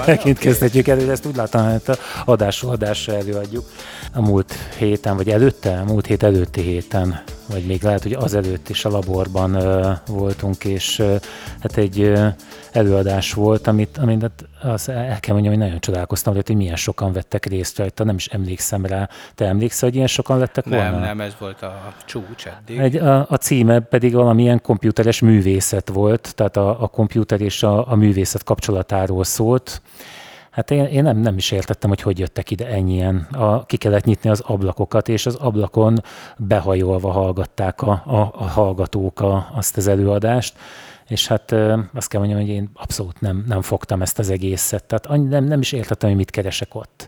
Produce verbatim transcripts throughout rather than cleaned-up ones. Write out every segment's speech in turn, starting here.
Ként kezdhetjük elő, ezt úgy látom, hogy a adásról adásra előadjuk. A múlt héten, vagy előtte, a múlt hét előtti héten, vagy még lehet, hogy az előtt is a laborban uh, voltunk, és uh, hát egy uh, előadás volt, amit, amit az el kell mondjam, hogy nagyon csodálkoztam, hogy milyen sokan vettek részt rajta, nem is emlékszem rá. Te emlékszel, hogy ilyen sokan lettek volna? Nem, nem, ez volt a csúcs eddig. Egy, a, a címe pedig valamilyen komputeres művészet volt, tehát a, a komputer és a, a művészet kapcsolatáról szólt. Hát én, én nem, nem is értettem, hogy hogy jöttek ide ennyien. A, ki kellett nyitni az ablakokat, és az ablakon behajolva hallgatták a, a, a hallgatók a, azt az előadást. És hát azt kell mondjam, hogy én abszolút nem, nem fogtam ezt az egészet. Tehát nem, nem is értettem, hogy mit keresek ott.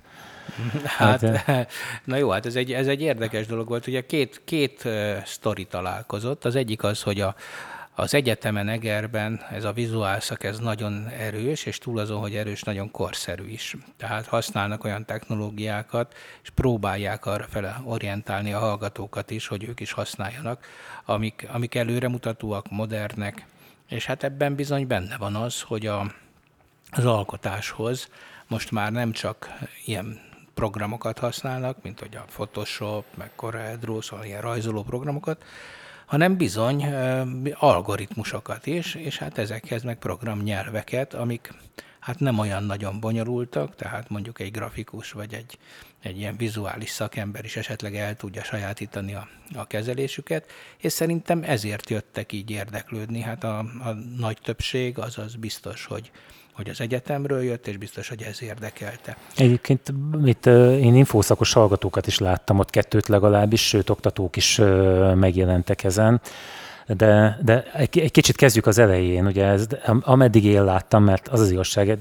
Hát, hát, na jó, hát ez egy, ez egy érdekes dolog volt. Ugye két, két uh, sztori találkozott. Az egyik az, hogy a, az egyetemen Egerben ez a vizuálszak ez nagyon erős, és túl azon, hogy erős, nagyon korszerű is. Tehát használnak olyan technológiákat, és próbálják arra fele orientálni a hallgatókat is, hogy ők is használjanak, amik, amik előremutatóak, modernek, és hát ebben bizony benne van az, hogy a, az alkotáshoz most már nem csak ilyen programokat használnak, mint hogy a Photoshop, meg CorelDRAW, szóval ilyen rajzoló programokat, hanem bizony uh, algoritmusokat is, és hát ezekhez meg programnyelveket, amik hát nem olyan nagyon bonyolultak, tehát mondjuk egy grafikus vagy egy, egy ilyen vizuális szakember is esetleg el tudja sajátítani a, a kezelésüket, és szerintem ezért jöttek így érdeklődni. Hát a, a nagy többség az az biztos, hogy hogy az egyetemről jött, és biztos, hogy ez érdekelte. Egyébként itt én infószakos hallgatókat is láttam, ott kettőt legalábbis, sőt, oktatók is megjelentek ezen. De, de egy, egy kicsit kezdjük az elején, ugye ez, ameddig én láttam, mert az az igazság,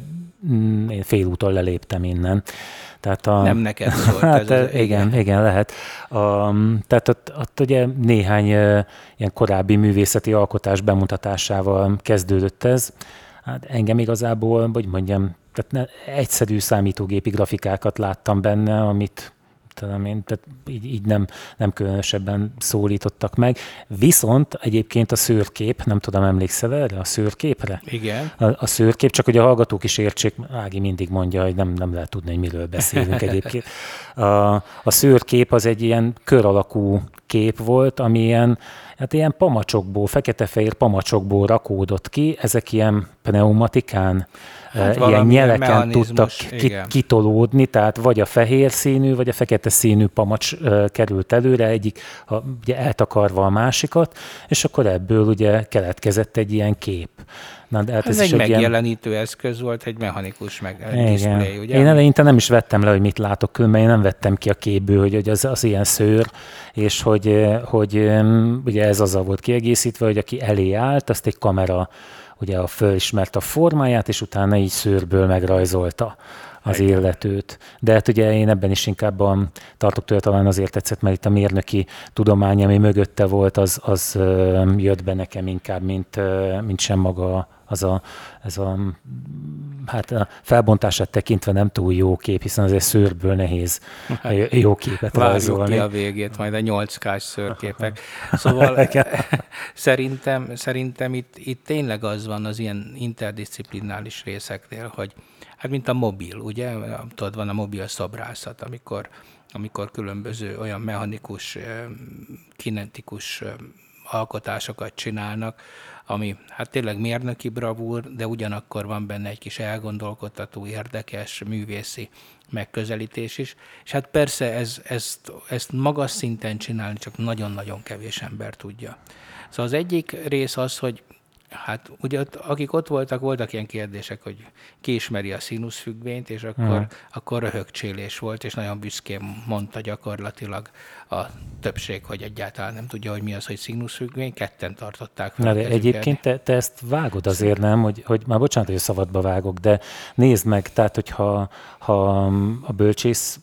én félúton leléptem innen. Tehát a, nem neked szólt hát, ez. Az, igen, igen, igen, lehet. A, tehát ott, ott ugye néhány ilyen korábbi művészeti alkotás bemutatásával kezdődött ez. Hát engem igazából, hogy mondjam, tehát ne, egyszerű számítógépi grafikákat láttam benne, amit talán én, tehát így, így nem, nem különösebben szólítottak meg. Viszont egyébként a szőrkép, nem tudom, emlékszel erre a szőrképre? Igen. A, a szőrkép, csak hogy a hallgatók is értsék, Ági mindig mondja, hogy nem, nem lehet tudni, hogy miről beszélünk egyébként. A, a szőrkép az egy ilyen kör alakú kép volt, ami ilyen, hát ilyen pamacsokból, fekete-fehér pamacsokból rakódott ki, ezek ilyen pneumatikán, hát ilyen nyeleken tudtak ki, kitolódni, tehát vagy a fehér színű, vagy a fekete színű pamacs uh, került előre, egyik a, ugye eltakarva a másikat, és akkor ebből ugye keletkezett egy ilyen kép. Na, hát ez, ez egy megjelenítő ilyen eszköz volt, egy mechanikus meg display, ugye? Én eleinte nem is vettem le, hogy mit látok különben, én nem vettem ki a képből, hogy, hogy az, az ilyen szőr, és hogy, hogy ugye ez azzal volt kiegészítve, hogy aki elé állt, azt egy kamera ugye fölismerte a formáját, és utána így szőrből megrajzolta az Igen. illetőt. De hát ugye én ebben is inkább a, tartok tőle, talán azért tetszett, mert itt a mérnöki tudomány, ami mögötte volt, az, az jött be nekem inkább, mint, mint sem maga az a, ez a, hát a felbontását tekintve nem túl jó kép, hiszen azért szőrből nehéz hát, jó képet rajzolni. Várjuk ki a végét, majd a nyolc kás szőrképek. Szóval szerintem, szerintem itt, itt tényleg az van az ilyen interdisziplinális részeknél, hogy hát mint a mobil, ugye? Tudod, van a mobil szobrászat, amikor, amikor különböző olyan mechanikus, kinetikus alkotásokat csinálnak, ami hát tényleg mérnöki bravúr, de ugyanakkor van benne egy kis elgondolkodtató, érdekes, művészi megközelítés is. És hát persze ez, ezt, ezt magas szinten csinálni csak nagyon-nagyon kevés ember tudja. Szóval az egyik rész az, hogy hát ugye ott, akik ott voltak, voltak ilyen kérdések, hogy ki ismeri a színuszfüggvényt, és akkor, hmm. akkor röhögcsélés volt, és nagyon büszkén mondta gyakorlatilag a többség, hogy egyáltalán nem tudja, hogy mi az, hogy színuszfüggvény, ketten tartották fel. Na, de egyébként te, te ezt vágod azért, nem? Hogy, hogy már bocsánat, hogy a szabadba vágok, de nézd meg, tehát hogyha ha a bölcsész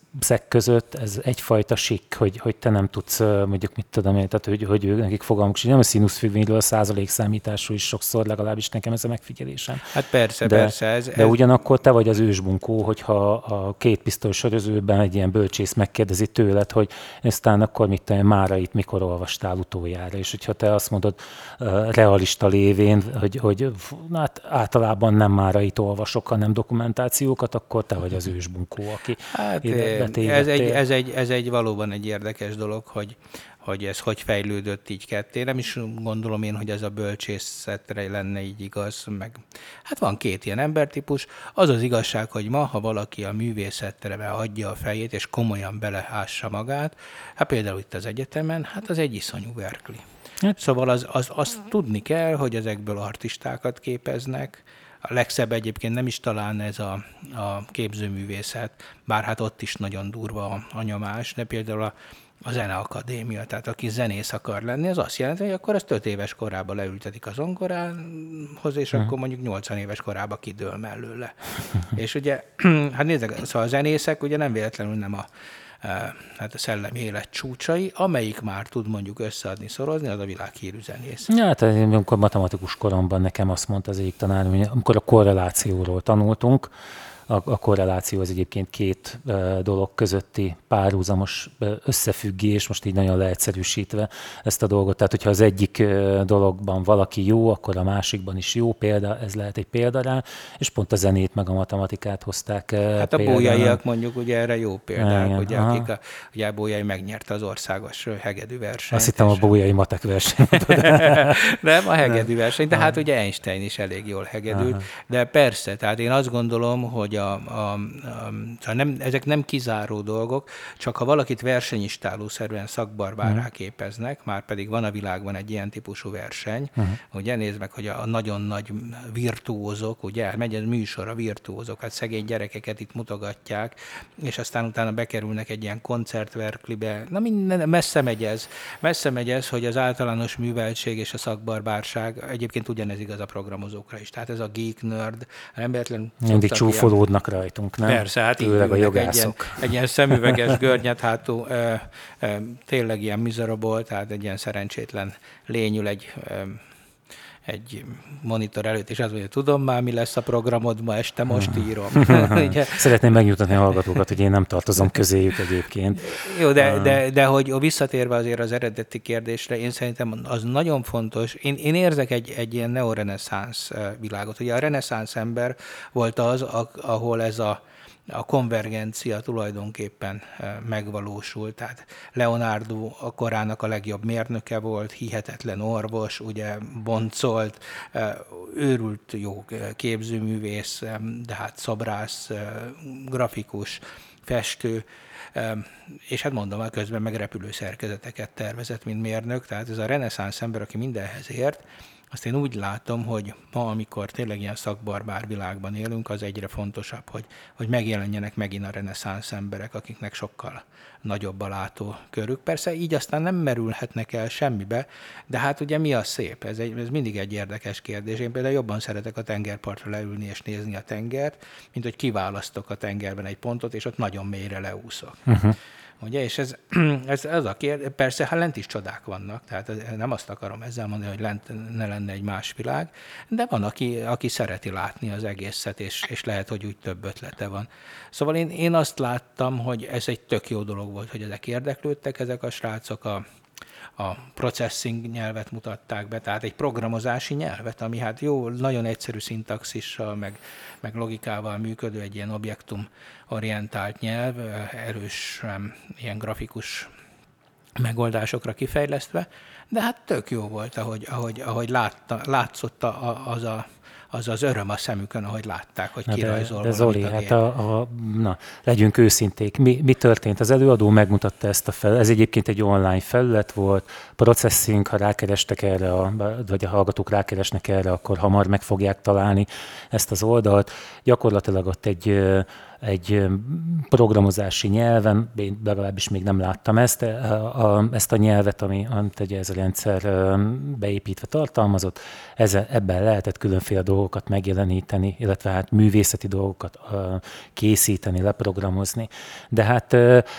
szek között, ez egyfajta sikk, hogy, hogy te nem tudsz, mondjuk mit tudom én, tehát hogy, hogy nekik fogalmuk sincs, nem a színuszfüggvényről, a százalékszámításról is sokszor, legalábbis nekem ez a megfigyelésem. Hát persze, de, persze. Ez, de ez... ugyanakkor te vagy az ősbunkó, hogyha a két pisztoly sörözőben egy ilyen bölcsész megkérdezi tőled, hogy aztán akkor mit tudom, Márait mikor olvastál utoljára, és hogyha te azt mondod realista lévén, hogy, hogy hát általában nem Márait olvasok, hanem dokumentációkat, akkor te vagy az ősbunkó, aki hát, ez, egy, ez, egy, ez egy valóban egy érdekes dolog, hogy, hogy ez hogy fejlődött így ketté. Nem is gondolom én, hogy ez a bölcsészetre lenne így igaz, meg hát van két ilyen embertípus. Az az igazság, hogy ma, ha valaki a művészetre adja a fejét, és komolyan beleássa magát, hát például itt az egyetemen, hát az egy iszonyú verkli. Szóval az, az, azt tudni kell, hogy ezekből artistákat képeznek. A legszebb egyébként nem is talán ez a, a képzőművészet, bár hát ott is nagyon durva a, a nyomás, de például a, a zeneakadémia, tehát aki zenész akar lenni, az azt jelenti, hogy akkor ezt öt éves korában leültetik a zongorához, és uh-huh. akkor mondjuk nyolcvan éves korában kidől mellőle. És ugye, hát nézzük, szóval a zenészek ugye nem véletlenül nem a hát a szellemi élet csúcsai, amelyik már tud mondjuk összeadni, szorozni, az a világhírű zenész. Ja, hát amikor matematikus koromban nekem azt mondta az egyik tanárom, hogy amikor a korrelációról tanultunk, a, a korreláció az egyébként két uh, dolog közötti párhuzamos uh, összefüggés, most így nagyon leegyszerűsítve ezt a dolgot. Tehát, hogyha az egyik uh, dologban valaki jó, akkor a másikban is jó példa, ez lehet egy példa rá, és pont a zenét meg a matematikát hozták uh, Hát a például. Bolyaiak mondjuk ugye erre jó példák, igen, ugye, akik a, ugye a Bolyai megnyerte az országos hegedű versenyt. Azt hittem a Bolyai matek versenyt. Nem, a hegedű verseny, de hát ugye Einstein is elég jól hegedült. Aha. De persze, tehát én azt gondolom, hogy A, a, a, nem, ezek nem kizáró dolgok, csak ha valakit versenyistálószerűen szakbarbárrá uh-huh. képeznek, már pedig van a világban egy ilyen típusú verseny, uh-huh. ugye nézd meg, hogy a nagyon nagy virtuózok, ugye megy ez műsor a virtuózok, hát szegény gyerekeket itt mutogatják, és aztán utána bekerülnek egy ilyen koncertverklibe, na minden, messze megy ez, messze megy ez, hogy az általános műveltség és a szakbarbárság, egyébként ugyanez igaz a programozókra is, tehát ez a geek nerd, embertelen mindig csúfolódnak rajtunk, nem? Persze, hát így a jogászok. Egy ilyen, egy ilyen szemüveges görnyedhátú, ö, ö, tényleg ilyen miserable, tehát egy ilyen szerencsétlen lényül egy, ö, egy monitor előtt, és azt mondja, tudom már, mi lesz a programod ma este, most írom. Szeretném megnyugtatni a hallgatókat, hogy én nem tartozom közéjük egyébként. Jó, de, de, de hogy visszatérve azért az eredeti kérdésre, én szerintem az nagyon fontos. Én, én érzek egy, egy ilyen neoreneszánsz világot. Ugye a reneszánsz ember volt az, ahol ez a a konvergencia tulajdonképpen megvalósult. Tehát Leonardo a korának a legjobb mérnöke volt, hihetetlen orvos, ugye boncolt, őrült jó képzőművész, de hát szobrász, grafikus, festő, és hát mondom, közben meg repülőszerkezeteket tervezett, mint mérnök, tehát ez a reneszánsz ember, aki mindenhez ért, azt én úgy látom, hogy ma, amikor tényleg ilyen szakbarbár világban élünk, az egyre fontosabb, hogy, hogy megjelenjenek megint a reneszánsz emberek, akiknek sokkal nagyobb a látókörük. Persze így aztán nem merülhetnek el semmibe, de hát ugye mi a szép? Ez, egy, ez mindig egy érdekes kérdés. Én például jobban szeretek a tengerpartra leülni és nézni a tengert, mint hogy kiválasztok a tengerben egy pontot, és ott nagyon mélyre leúszok. Uh-huh. Ugye, és ez, ez, ez a kérdés, persze, hát lent is csodák vannak, tehát nem azt akarom ezzel mondani, hogy lent ne lenne egy más világ, de van, aki, aki szereti látni az egészet, és, és lehet, hogy úgy több ötlete van. Szóval én, én azt láttam, hogy ez egy tök jó dolog volt, hogy ezek érdeklődtek, ezek a srácok a, a processing nyelvet mutatták be, tehát egy programozási nyelvet, ami hát jó, nagyon egyszerű szintaxissal, meg, meg logikával működő, egy ilyen objektum-orientált nyelv, erős ilyen grafikus megoldásokra kifejlesztve, de hát tök jó volt, ahogy, ahogy, ahogy látta, látszott a, az a az az öröm a szemükön, ahogy látták, hogy kirajzol de, de Zoli, hát a, a, na, legyünk őszinték. Mi, mi történt? Az előadó megmutatta ezt a fel. Ez egyébként egy online felület volt. Processing, ha rákerestek erre, a, vagy a hallgatók rákeresnek erre, akkor hamar meg fogják találni ezt az oldalt. Gyakorlatilag ott egy egy programozási nyelven, én legalábbis még nem láttam ezt, a, a, ezt a nyelvet, ami, amit ugye ez a rendszer beépítve tartalmazott, ezzel, ebben lehetett különféle dolgokat megjeleníteni, illetve hát művészeti dolgokat készíteni, leprogramozni. De hát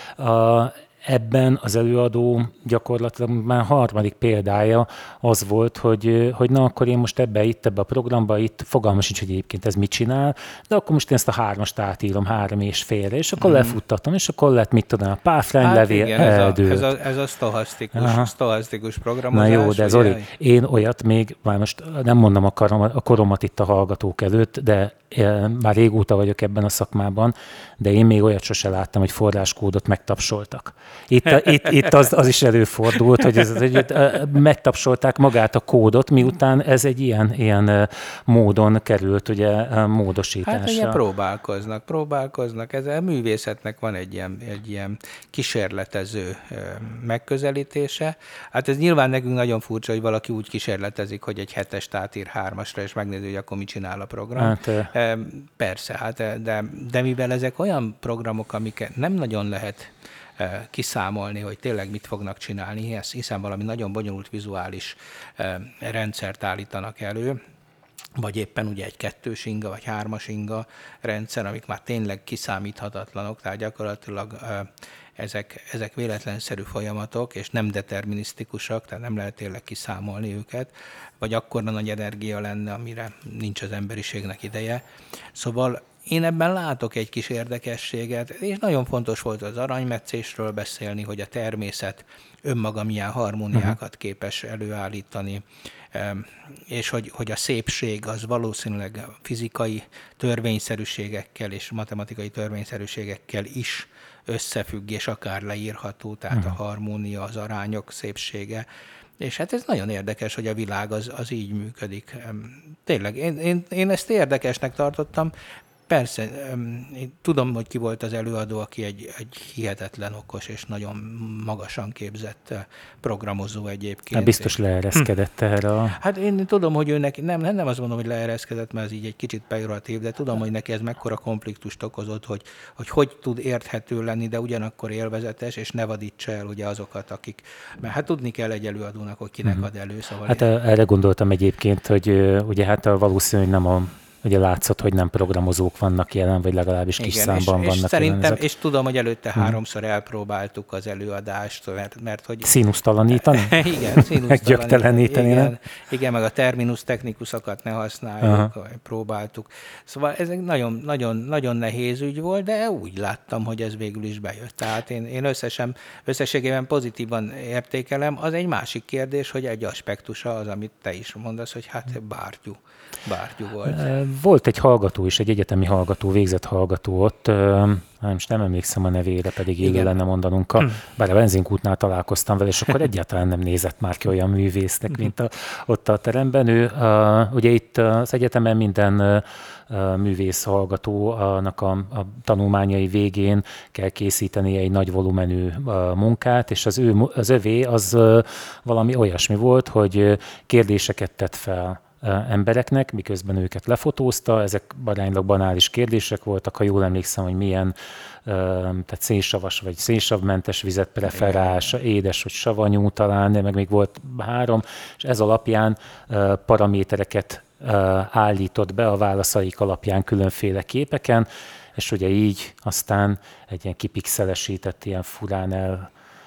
a, ebben az előadó gyakorlatilag már harmadik példája az volt, hogy, hogy na akkor én most ebbe itt, ebbe a programba, itt fogalmam sincs, hogy egyébként ez mit csinál, de akkor most én ezt a hármast átírom három és félre, és akkor mm. lefuttatom, és akkor lett, mit tudom, a páfránylevél hát eldőlt. Ez a, ez a, ez a sztohasztikus, sztohasztikus programozás. Na jó, de ez Zoli, én olyat még, már most nem mondom a, karomat, a koromat itt a hallgatók előtt, de már régóta vagyok ebben a szakmában, de én még olyat sose láttam, hogy forráskódot megtapsoltak. Itt, itt, itt az, az is előfordult, hogy ez, ez, megtapsolták magát a kódot, miután ez egy ilyen, ilyen módon került ugye módosításra. Hát ugye próbálkoznak, próbálkoznak. Ez a művészetnek van egy ilyen, egy ilyen kísérletező megközelítése. Hát ez nyilván nekünk nagyon furcsa, hogy valaki úgy kísérletezik, hogy egy hetest átír hármasra, és megnézi, hogy akkor mit csinál a program. Hát, persze, hát, de, de mivel ezek olyan programok, amiket nem nagyon lehet kiszámolni, hogy tényleg mit fognak csinálni, hiszen valami nagyon bonyolult vizuális rendszert állítanak elő, vagy éppen ugye egy kettős inga, vagy hármas inga rendszer, amik már tényleg kiszámíthatatlanok, tehát gyakorlatilag ezek, ezek véletlenszerű folyamatok, és nem determinisztikusak, tehát nem lehet tényleg kiszámolni őket, vagy akkora nagy energia lenne, amire nincs az emberiségnek ideje. Szóval én ebben látok egy kis érdekességet, és nagyon fontos volt az aranymetszésről beszélni, hogy a természet önmaga milyen harmóniákat képes előállítani, és hogy, hogy a szépség az valószínűleg fizikai törvényszerűségekkel és matematikai törvényszerűségekkel is összefügg, és akár leírható, tehát uh-huh. a harmónia, az arányok szépsége. És hát ez nagyon érdekes, hogy a világ az, az így működik. Tényleg, én, én, én ezt érdekesnek tartottam. Persze, én tudom, hogy ki volt az előadó, aki egy, egy hihetetlen okos és nagyon magasan képzett programozó egyébként. Hát biztos leereszkedett hm. erre a... Hát én tudom, hogy ő neki, nem, nem azt mondom, hogy leereszkedett, mert ez így egy kicsit pejoratív, de tudom, hogy neki ez mekkora konfliktust okozott, hogy, hogy hogy tud érthető lenni, de ugyanakkor élvezetes, és ne vadítsa el ugye azokat, akik... Mert hát tudni kell egy előadónak, hogy kinek hm. ad elő. Szóval hát én... erre gondoltam egyébként, hogy ugye hát valószínűleg nem a ugye látszott, hogy nem programozók vannak jelen, vagy legalábbis kis igen, számban és, vannak és szerintem, jelen. És tudom, hogy előtte hmm. háromszor elpróbáltuk az előadást, mert, mert hogy... Színusztalanítani? igen, színusztalanítani. igen, igen, meg a terminus technikusokat ne használjuk, aha. próbáltuk. Szóval ez egy nagyon, nagyon, nagyon nehéz ügy volt, de úgy láttam, hogy ez végül is bejött. Tehát én, én összesen, összességében pozitívan értékelem. Az egy másik kérdés, hogy egy aspektusa az, amit te is mondasz, hogy hát bárgyú. Bárgyú volt. Volt egy hallgató is, egy egyetemi hallgató, végzett hallgató ott, most nem emlékszem a nevére, pedig élő lenne mondanunk, a, bár a benzinkútnál találkoztam vele, és akkor egyáltalán nem nézett már ki olyan művésznek, mint a, ott a teremben. Ő, a, ugye itt az egyetemen minden a, művész hallgatónak a, a tanulmányai végén kell készíteni egy nagy volumenű munkát, és az, ő, az övé az valami olyasmi volt, hogy kérdéseket tett fel embereknek, miközben őket lefotózta. Ezek aránylag banális kérdések voltak, ha jól emlékszem, hogy milyen tehát szénsavas vagy szénsavmentes vizet preferálás, édes vagy savanyú talán, meg még volt három, és ez alapján paramétereket állított be a válaszaik alapján különféle képeken, és ugye így aztán egy ilyen kipixelesített, ilyen furán el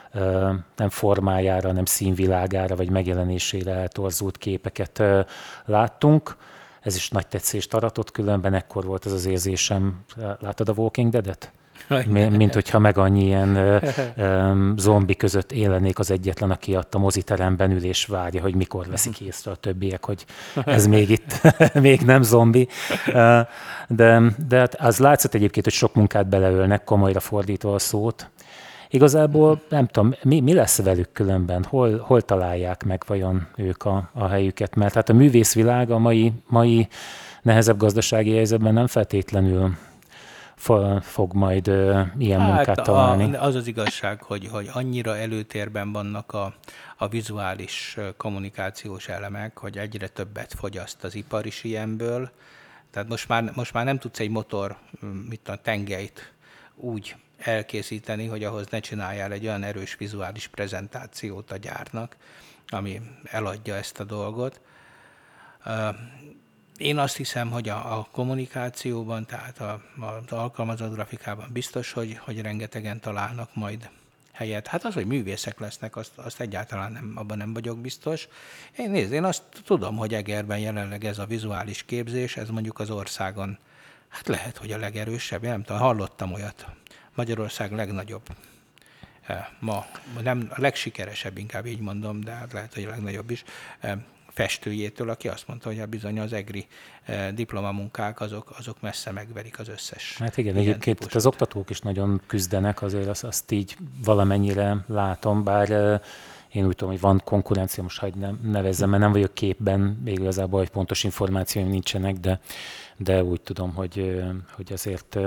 nem formájára, nem színvilágára, vagy megjelenésére eltorzult képeket láttunk. Ez is nagy tetszést aratott, különben ekkor volt ez az érzésem. Láttad a Walking Dead-et? Mint hogyha meg annyi ilyen zombi között élenék az egyetlen, aki ott a moziteremben ül és várja, hogy mikor veszik észre a többiek, hogy ez még itt, még nem zombi. De, de az látszott egyébként, hogy sok munkát beleölnek, komolyra fordítva a szót. Igazából nem tudom, mi, mi lesz velük különben, hol, hol találják meg vajon ők a, a helyüket, mert hát a művészvilág a mai, mai nehezebb gazdasági helyzetben nem feltétlenül fog majd ö, ilyen hát munkát találni. A, az az igazság, hogy, hogy annyira előtérben vannak a, a vizuális kommunikációs elemek, hogy egyre többet fogyaszt az ipar is ilyenből. Tehát most már, most már nem tudsz egy motor, mit a tengelyt úgy elkészíteni, hogy ahhoz ne csináljál egy olyan erős vizuális prezentációt a gyárnak, ami eladja ezt a dolgot. Én azt hiszem, hogy a, a kommunikációban, tehát a, az alkalmazott grafikában biztos, hogy, hogy rengetegen találnak majd helyet. Hát az, hogy művészek lesznek, azt, azt egyáltalán nem, abban nem vagyok biztos. Én nézd, én azt tudom, hogy Egerben jelenleg ez a vizuális képzés, ez mondjuk az országon, hát lehet, hogy a legerősebb, én nem tudom, hallottam olyat. Magyarország legnagyobb, ma nem a legsikeresebb, inkább így mondom, de hát lehet, hogy a legnagyobb is, festőjétől, aki azt mondta, hogy a bizony az egri diplomamunkák, azok, azok messze megverik az összes. Hát igen, egyébként típusot. Az oktatók is nagyon küzdenek, azért azt, azt így valamennyire látom, bár én úgy tudom, hogy van konkurencia, most hagyj nem nevezzem, mert nem vagyok képben, még igazából, hogy pontos információim nincsenek, de, de úgy tudom, hogy, hogy azért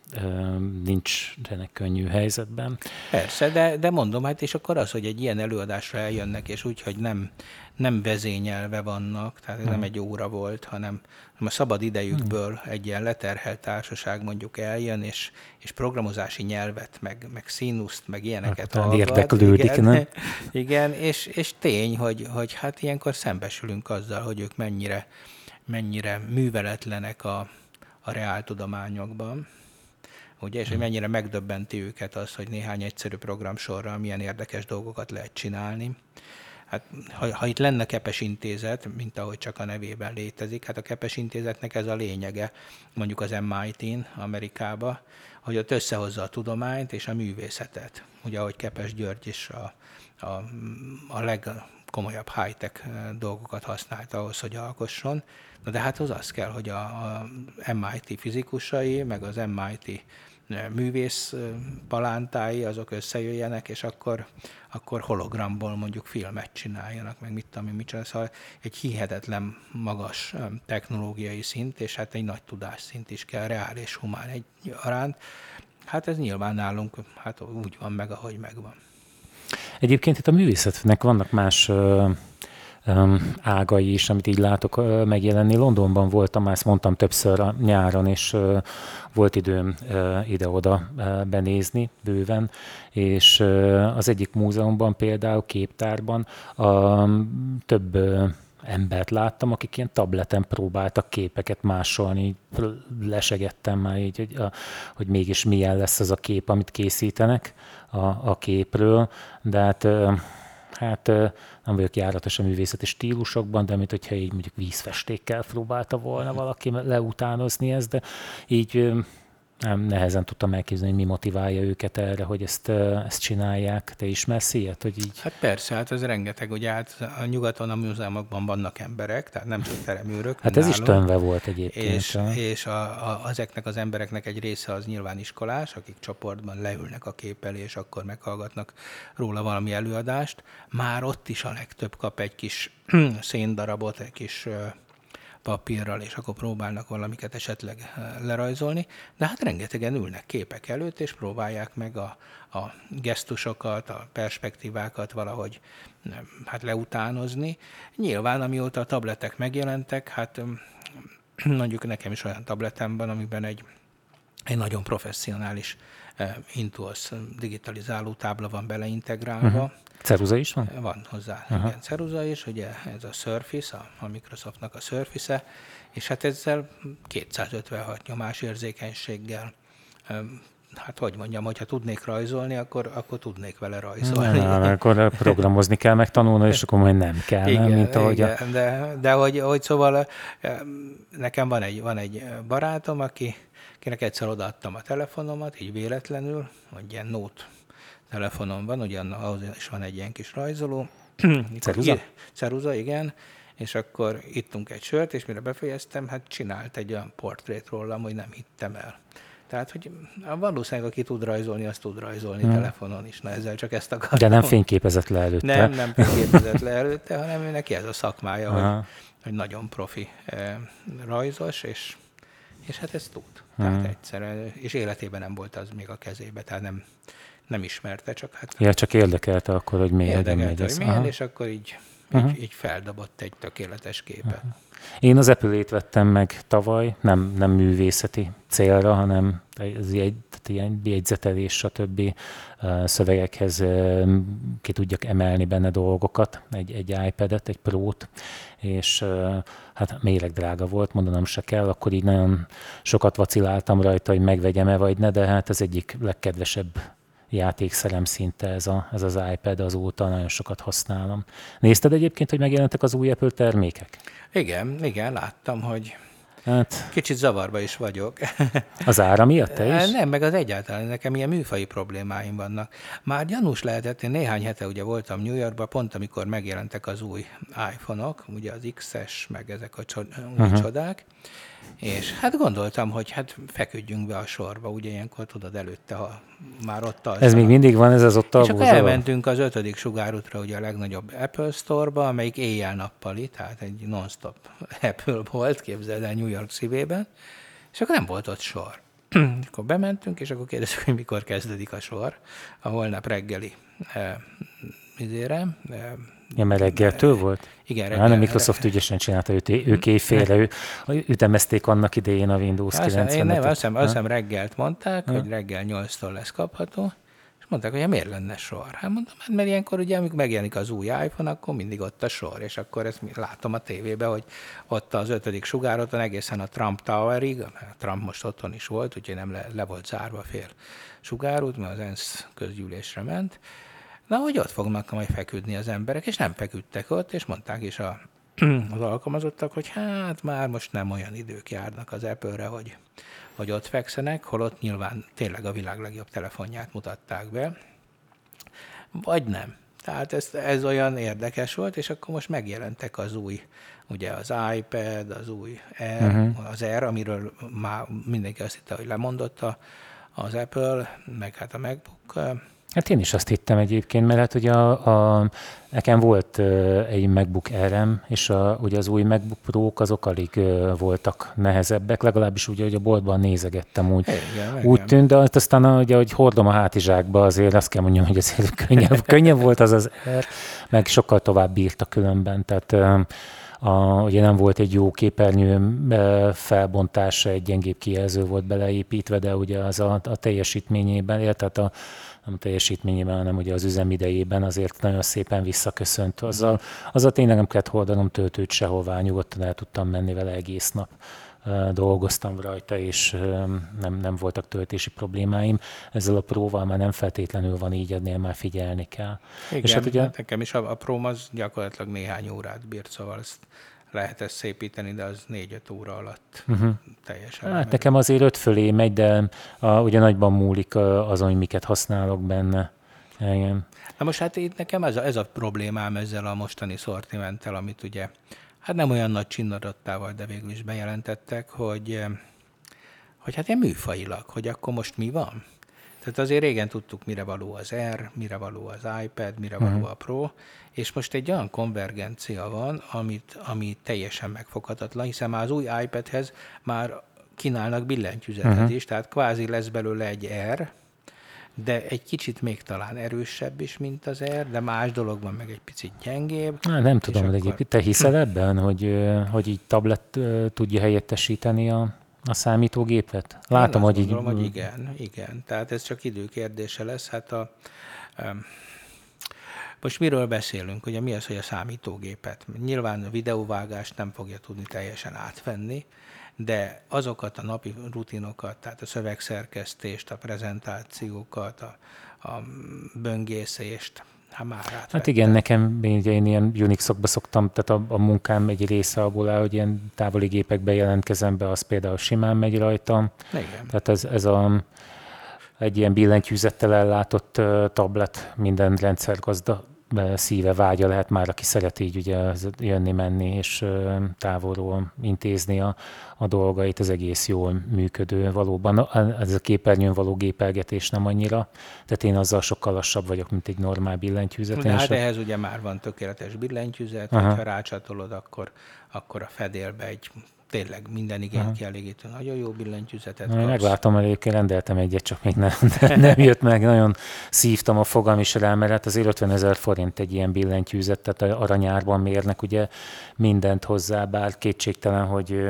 nincsenek könnyű helyzetben. Persze, de, de mondom, hát és akkor az, hogy egy ilyen előadásra eljönnek, és úgy, hogy nem, nem vezényelve vannak, tehát ez hmm. nem egy óra volt, hanem, hanem a szabad idejükből hmm. egy ilyen leterhelt társaság mondjuk eljön, és, és programozási nyelvet, meg, meg színuszt, meg ilyeneket hallgat. Érdeklődik, igen, nem? Igen, és, és tény, hogy, hogy hát ilyenkor szembesülünk azzal, hogy ők mennyire, mennyire műveletlenek a, a reáltudományokban. Ugye, és hogy mennyire megdöbbenti őket az, hogy néhány egyszerű programsorral milyen érdekes dolgokat lehet csinálni. Hát, ha, ha itt lenne Kepes Intézet, mint ahogy csak a nevében létezik, hát a Kepes Intézetnek ez a lényege, mondjuk az em i té-n Amerikába, hogy ott összehozza a tudományt és a művészetet. Ugye, ahogy Kepes György is a, a, a legkomolyabb high-tech dolgokat használta ahhoz, hogy alkosson. Na de hát az az kell, hogy a, a em i té fizikusai, meg az em i té művész palántái, azok összejöjjenek, és akkor, akkor hologramból mondjuk filmet csináljanak, meg mit tudom én, micsoda. Szóval egy hihetetlen magas technológiai szint, és hát egy nagy tudásszint is kell, reál és humán egyaránt. Hát ez nyilván nálunk hát úgy van meg, ahogy megvan. Egyébként itt a művészetnek vannak más ágai is, amit így látok megjelenni. Londonban voltam, már ezt mondtam többször a nyáron, és volt időm ide-oda benézni bőven, és az egyik múzeumban például, képtárban a több embert láttam, akik ilyen tableten próbáltak képeket másolni, lesegettem már így, hogy, a, hogy mégis milyen lesz az a kép, amit készítenek a, a képről, de hát Hát nem vagyok járatos a művészeti stílusokban, de mint hogyha így mondjuk vízfestékkel próbálta volna valaki leutánozni ezt, de így nem nehezen tudtam elképzelni, hogy mi motiválja őket erre, hogy ezt, ezt csinálják. Te ismersz ilyet, hogy így? Hát persze, hát ez rengeteg, ugye hát a nyugaton a múzeumokban vannak emberek, tehát nem csak teremőrök. Hát ez nálunk is tönve volt egyébként. És, és a, a, ezeknek az embereknek egy része az nyilván iskolás, akik csoportban leülnek a kép elé, és akkor meghallgatnak róla valami előadást. Már ott is a legtöbb kap egy kis széndarabot, egy kis papírral, és akkor próbálnak valamiket esetleg lerajzolni, de hát rengetegen ülnek képek előtt, és próbálják meg a, a gesztusokat, a perspektívákat valahogy hát leutánozni. Nyilván, amióta a tabletek megjelentek, hát mondjuk nekem is olyan tabletem van, amiben egy, egy nagyon professzionális Intuos digitalizáló tábla van beleintegrálva. Uh-huh. Ceruza is van? Van hozzá, uh-huh. igen, ceruza is, ugye ez a Surface, a, a Microsoftnak a Surface-e, és hát ezzel kétszázötvenhat nyomás érzékenységgel, hát hogy mondjam, hogyha tudnék rajzolni, akkor, akkor tudnék vele rajzolni. Nem, nem, akkor programozni kell megtanulni, és akkor majd nem kell, igen, nem? Mint ahogy igen, a... de, de hogy, hogy szóval nekem van egy, van egy barátom, aki, akinek egyszer odaadtam a telefonomat, így véletlenül, hogy ilyen Note telefonom van, ugye ahhoz is van egy ilyen kis rajzoló. Ceruza? Ceruza, igen. És akkor ittunk egy sört, és mire befejeztem, hát csinált egy olyan portrét rólam, hogy nem hittem el. Tehát, hogy valószínűleg aki tud rajzolni, azt tud rajzolni hmm. telefonon is. Na, ezzel csak ezt akartam. De nem fényképezett le előtte. Nem, nem fényképezett le előtte, hanem neki ez a szakmája, hogy, hogy nagyon profi eh, rajzos, és, és hát ezt tud. Tehát hmm. egyszerűen, és életében nem volt az még a kezébe, tehát nem, nem ismerte, csak hát... Ja, csak érdekelte akkor, hogy miért, érdekelte, hogy miért, és akkor így uh-huh. így, így feldobott egy tökéletes képet. Uh-huh. Én az Apple-ét vettem meg tavaly, nem, nem művészeti célra, hanem ez egy, ilyen jegyzetelés, stb. Szövegekhez ki tudjak emelni benne dolgokat, egy, egy iPad-et, egy Pro-t, és hát méreg drága volt, mondanom se kell, akkor így nagyon sokat vaciláltam rajta, hogy megvegyem-e vagy ne, de hát az egyik legkedvesebb játékszerem szinte ez, a, ez az iPad, azóta nagyon sokat használom. Nézted egyébként, hogy megjelentek az új Apple termékek? Igen, igen, láttam, hogy hát, kicsit zavarba is vagyok. Az ára miatt te is? Nem, meg az egyáltalán, nekem ilyen műfaji problémáim vannak. Már gyanús lehetett, én néhány hete ugye voltam New Yorkban, pont amikor megjelentek az új iPhone-ok, ugye az iksz es, meg ezek a csod- új uh-huh. csodák, és hát gondoltam, hogy hát feküdjünk be a sorba, ugye ilyenkor tudod előtte, ha már ott az. Ez még mindig van, ez az ott alvó. És akkor elmentünk az ötödik sugárútra, ugye a legnagyobb Apple Store-ba, amelyik éjjel-nappali, tehát egy non-stop Apple volt, képzeld el New York szívében, és akkor nem volt ott sor. És akkor bementünk, és akkor kérdezzük, hogy mikor kezdődik a sor, a holnap reggeli eh, izére. Eh, Ja, mert reggeltől volt? Igen, reggel. Hát, a Microsoft ügyesen csinálta, őt, ők éjfélre, ő, ütemezték annak idején a Windows kilencvenet. Én nem, azt hiszem, azt hiszem reggelt mondták, ha? hogy reggel nyolctól lesz kapható, és mondták, hogy miért lenne sor? Hát mondtam, hát mert ilyenkor ugye, amikor megjelenik az új iPhone, akkor mindig ott a sor, és akkor ezt látom a tévében, hogy ott az ötödik sugároton egészen a Trump Towerig, a Trump most otthon is volt, úgyhogy nem le, le volt zárva fél sugárút, mert az ENSZ közgyűlésre ment. Na, hogy ott fognak majd feküdni az emberek, és nem feküdtek ott, és mondták is a, az alkalmazottak, hogy hát már most nem olyan idők járnak az Apple-re, hogy, hogy ott fekszenek, holott nyilván tényleg a világ legjobb telefonját mutatták be, vagy nem. Tehát ez, ez olyan érdekes volt, és akkor most megjelentek az új, ugye az iPad, az új Air, uh-huh. az Air, amiről már mindenki azt hitte, hogy lemondott a, az Apple, meg hát a MacBook. Hát én is azt hittem egyébként, mert hát ugye a, a, nekem volt uh, egy MacBook Air-em, és a, ugye az új MacBook Pro-k azok alig uh, voltak nehezebbek, legalábbis ugye, hogy a boltban nézegettem, úgy, igen, úgy tűnt, de aztán ugye, hogy hordom a hátizsákba, azért azt kell mondjam, hogy azért könnyebb, könnyebb volt az az Air, meg sokkal tovább bírta különben, tehát uh, A, ugye nem volt egy jó képernyő felbontása, egy gyengébb kijelző volt beleépítve, de ugye az a, a teljesítményében, tehát a, nem a teljesítményében, hanem ugye az üzemidejében azért nagyon szépen visszaköszönt. Azzal, azzal tényleg nem kellett hordanom töltőt sehová, nyugodtan el tudtam menni vele egész nap. Dolgoztam rajta, és nem, nem voltak töltési problémáim. Ezzel a Pro-val már nem feltétlenül van így, ennél már figyelni kell. Igen, és hát ugye, nekem is a, a Pro az gyakorlatilag néhány órát bírt, szóval ezt lehet ezt szépíteni, de az négy-öt óra alatt uh-huh. teljesen. Hát nekem azért öt fölé megy, de a, ugye nagyban múlik azon, hogy miket használok benne. Igen. Na most hát itt nekem ez a, ez a problémám ezzel a mostani szortimenttel, amit ugye hát nem olyan nagy csinnadottával, de végül is bejelentettek, hogy, hogy hát ilyen műfajilag, hogy akkor most mi van? Tehát azért régen tudtuk, mire való az Air, mire való az iPad, mire való uh-huh. a Pro, és most egy olyan konvergencia van, amit, ami teljesen megfoghatatlan, hiszen már az új iPadhez már kínálnak billentyűzetet uh-huh. is, tehát kvázi lesz belőle egy Air, de egy kicsit még talán erősebb is, mint az Air, de más dologban meg egy picit gyengébb. Na, nem tudom, hogy akkor... te hiszel ebben, hogy, hogy így tablet tudja helyettesíteni a, a számítógépet? Látom, hogy gondolom, így... hogy igen, igen. Tehát ez csak időkérdése lesz. Hát a, um, most miről beszélünk? Ugye mi az, hogy a számítógépet? Nyilván a videóvágást nem fogja tudni teljesen átvenni, de azokat a napi rutinokat, tehát a szövegszerkesztést, a prezentációkat, a, a böngészést, hát már átvettem. Hát igen, nekem ugye én ilyen Unixokba szoktam, tehát a, a munkám egy része abból áll, hogy ilyen távoli gépekbe jelentkezem be, az például simán megy rajta. Igen. Tehát ez, ez a, egy ilyen billentyűzettel ellátott uh, tablet minden rendszergazda szíve, vágya lehet már, aki szereti így ugye jönni-menni és távolról intézni a, a dolgait, az egész jól működő valóban. Ez a képernyőn való gépelgetés nem annyira, tehát én azzal sokkal lassabb vagyok, mint egy normál billentyűzet. De hát ehhez ugye már van tökéletes billentyűzet, Aha. hogyha rácsatolod, akkor, akkor a fedélbe egy tényleg minden igényt kielégítő. Nagyon jó billentyűzetet kapsz. Meglátom, egyébként rendeltem egyet, csak még nem, nem jött meg. Nagyon szívtam a fogam is rá, mert hát azért ötvenezer forint egy ilyen billentyűzet, tehát aranyárban mérnek ugye mindent hozzá, bár kétségtelen, hogy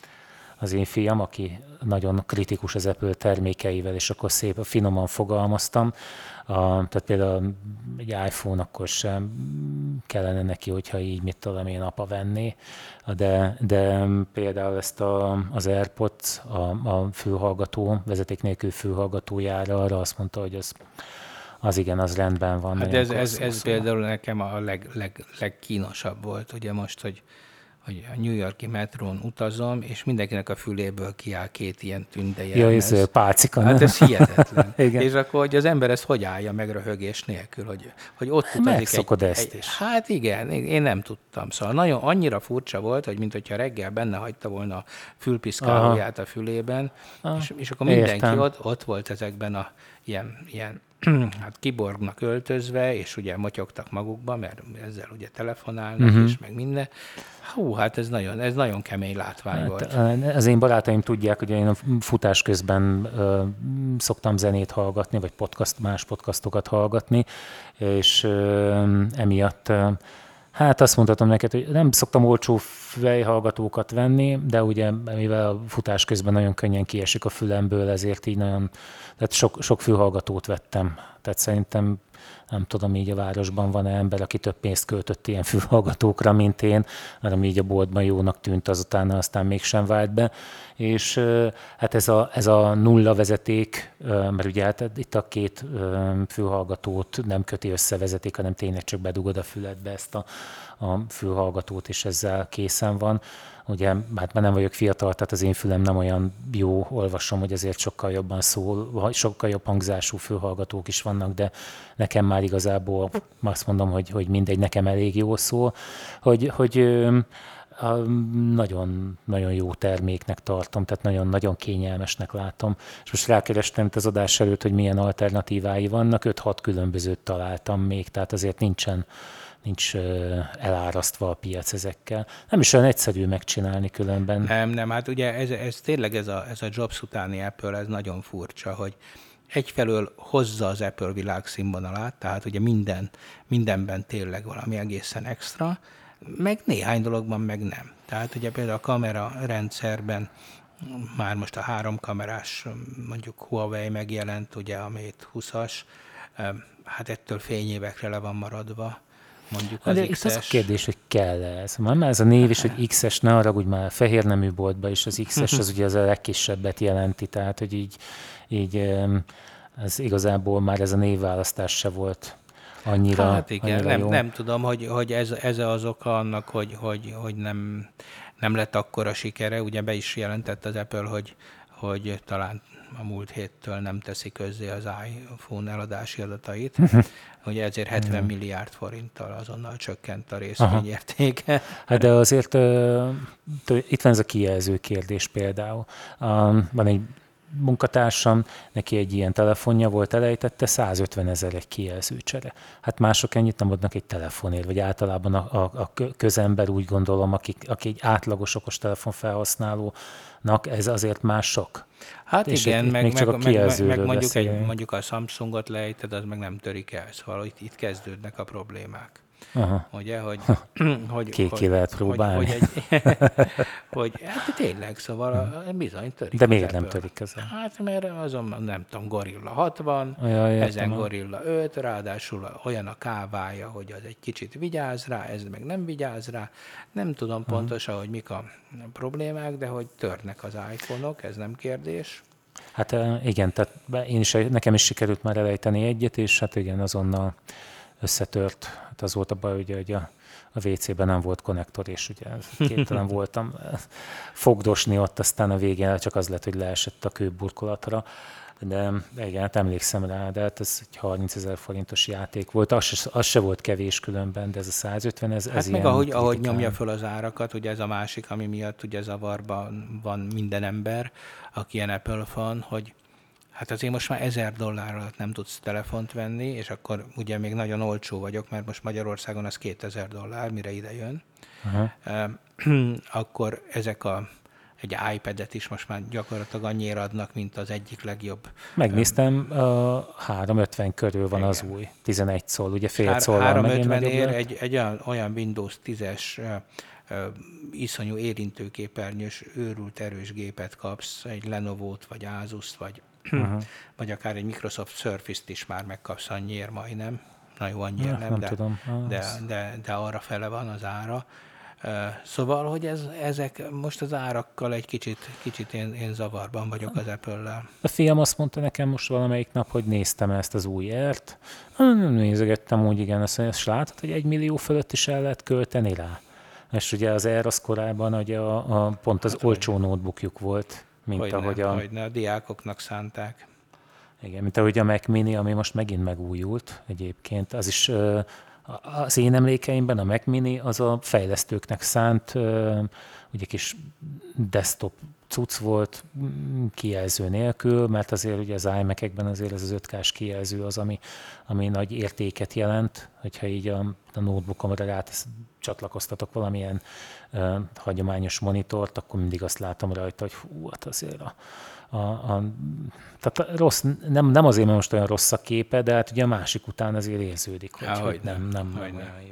az én fiam, aki nagyon kritikus az Apple termékeivel, és akkor szép, finoman fogalmaztam. A, tehát például egy iPhone akkor sem kellene neki, hogyha így, mit tudom én, apa venné, de, de például ezt a, az AirPods, a, a fülhallgató, vezeték nélkül fülhallgatójára, arra azt mondta, hogy az, az igen, az rendben van. Hát ez, ez, ez például nekem a leg, leg, legkínosabb volt, ugye most, hogy hogy a New York-i metrón utazom, és mindenkinek a füléből kiáll két ilyen tündejelmez. Ja, ez pálcika. Hát ez hihetetlen. És akkor, hogy az ember ezt hogy állja meg röhögés nélkül, hogy, hogy ott utazik megszokod egy, ezt egy, is. Hát igen, én nem tudtam. Szóval nagyon annyira furcsa volt, hogy mint hogyha reggel benne hagyta volna a fülpiszkálóját a fülében, és, és akkor mindenki Értem. ott, ott volt ezekben a ilyen, ilyen hát kiborgnak öltözve, és ugye motyogtak magukba, mert ezzel ugye telefonálnak, uh-huh. és meg minden. Hú, hát ez nagyon, ez nagyon kemény látvány hát, volt. Az én barátaim tudják, hogy én a futás közben ö, szoktam zenét hallgatni, vagy podcast, más podcastokat hallgatni, és ö, emiatt ö, hát azt mondhatom neked, hogy nem szoktam olcsó fejhallgatókat venni, de ugye mivel a futás közben nagyon könnyen kiesik a fülemből, ezért így nagyon, tehát sok, sok fülhallgatót vettem. Tehát szerintem nem tudom, így a városban van-e ember, aki több pénzt költött ilyen fülhallgatókra, mint én, mert ami így a boltban jónak tűnt, azután aztán mégsem vált be. És hát ez a, ez a nulla vezeték, mert ugye hát itt a két fülhallgatót nem köti össze vezeték, hanem tényleg csak bedugod a füledbe ezt a, a fülhallgatót, és ezzel készen van. Ugye, hát már nem vagyok fiatal, tehát az én fülem nem olyan jó, olvasom, hogy ezért sokkal jobban szól, sokkal jobb hangzású fülhallgatók is vannak, de nekem már igazából azt mondom, hogy, hogy mindegy, nekem elég jó szól, hogy, hogy nagyon, nagyon jó terméknek tartom, tehát nagyon-nagyon kényelmesnek látom. És most rákerestem az adás előtt, hogy milyen alternatívái vannak, öt-hat különbözőt találtam még, tehát azért nincsen nincs elárasztva a piac ezekkel. Nem is olyan egyszerű megcsinálni különben. Nem, nem, hát ugye ez, ez tényleg ez a, ez a Jobs utáni Apple, ez nagyon furcsa, hogy egyfelől hozza az Apple világszínvonalát, tehát ugye minden, mindenben tényleg valami egészen extra, meg néhány dologban meg nem. Tehát ugye például a kamera rendszerben már most a három kamerás, mondjuk Huawei megjelent, ugye a Mate húszas, hát ettől fényévekre le van maradva. Mondjuk az de iksz es. Itt az a kérdés, hogy kell-e ez. Már ez a név is, hogy iksz es, ne haragudj már, fehér nemű boltba is, az iksz es az ugye az a legkisebbet jelenti, tehát hogy így, így ez igazából már ez a névválasztás se volt annyira, hát igen, annyira nem, jó. nem tudom, hogy, hogy ez, ez az oka annak, hogy, hogy, hogy nem, nem lett akkora sikere. Ugye be is jelentett az Apple, hogy, hogy talán a múlt héttől nem teszi közzé az iPhone eladási adatait. Ugye ezért hetven milliárd forinttal azonnal csökkent a részvényértéke. Hát de azért uh, itt van ez a kijelző kérdés például. Uh, van egy munkatársam, neki egy ilyen telefonja volt, elejtette, százötvenezer egy kijelzőcsere. Hát mások ennyit nem adnak egy telefonért, vagy általában a, a, a közember úgy gondolom, aki, aki egy átlagos okostelefon felhasználónak, ez azért mások. Hát és igen, itt, meg, még csak meg, a meg, meg mondjuk, egy, beszélünk. mondjuk a Samsungot lejted, az meg nem törik el, szóval itt, itt kezdődnek a problémák. Aha. Ugye, hogy... hogy Ki, ki lehet próbálni. Hogy, hogy, egy, hogy hát tényleg, szóval bizony törik. De miért nem törik ez? Hát mert azon, nem tudom, Gorilla hatvan, Jaj, ezen Gorilla öt, ráadásul olyan a kávája, hogy az egy kicsit vigyáz rá, ez meg nem vigyáz rá. Nem tudom uh-huh. pontosan, hogy mik a problémák, de hogy törnek az iPhone-ok, ez nem kérdés. Hát igen, tehát én is, nekem is sikerült már elejteni egyet, és hát igen, azonnal összetört. Hát az volt a baj, ugye, hogy a, a vé cében nem volt konnektor, és ugye képtelen voltam fogdosni ott, aztán a végén csak az lett, hogy leesett a kőburkolatra. De igen, hát emlékszem rá, de hát ez egy harmincezer forintos játék volt. Az se, az se volt kevés különben, de ez a százötven, ez, hát ez meg ilyen ahogy, ahogy nyomja föl az árakat, ugye ez a másik, ami miatt ugye zavarban van minden ember, aki ilyen Apple fan, hogy hát azért most már ezer dollár alatt nem tudsz telefont venni, és akkor ugye még nagyon olcsó vagyok, mert most Magyarországon az kétezer dollár, mire ide jön. Uh-huh. Akkor ezek a egy iPad-et is most már gyakorlatilag annyira adnak, mint az egyik legjobb. Megnéztem, a háromszázötven körül van igen. Az új, tizenegy coll, ugye fél collal háromszázötvenért egy, egy olyan, olyan Windows tízes uh, uh, iszonyú érintőképernyős, őrült erős gépet kapsz, egy Lenovo-t, vagy Asus-t, vagy, uh-huh. vagy akár egy Microsoft Surface-t is már megkapsz annyiért majdnem. Na jó, annyira nem, nem de, tudom. De, de, de arra fele van az ára. Szóval, hogy ez, ezek most az árakkal egy kicsit, kicsit én, én zavarban vagyok az Apple-lel. A fiam azt mondta nekem most valamelyik nap, hogy néztem ezt az új Air-t. Nézegettem úgy, igen, azt mondja, és látod, hogy egy millió fölött is el lehet költeni rá. És ugye az Air az korábban ugye a, a, pont az hát, olcsó notebookjuk volt, mint hogy ahogy ne, a... Hogyne, a diákoknak szánták. Igen, mint ahogy a Mac Mini, ami most megint megújult egyébként. Az is az én emlékeimben a Mac Mini az a fejlesztőknek szánt, ugye kis desktop cucc volt kijelző nélkül, mert azért ugye az iMac-ekben azért ez az öt kás kijelző az, ami, ami nagy értéket jelent, hogyha így a, a notebookomra rá csatlakoztatok valamilyen uh, hagyományos monitort, akkor mindig azt látom rajta, hogy hú, hát azért a, a, a tehát rossz, nem, nem azért, mert most olyan rossz a képe, de hát ugye a másik után azért érződik, hogy, Há, hogy nem, nem, nem olyan jó.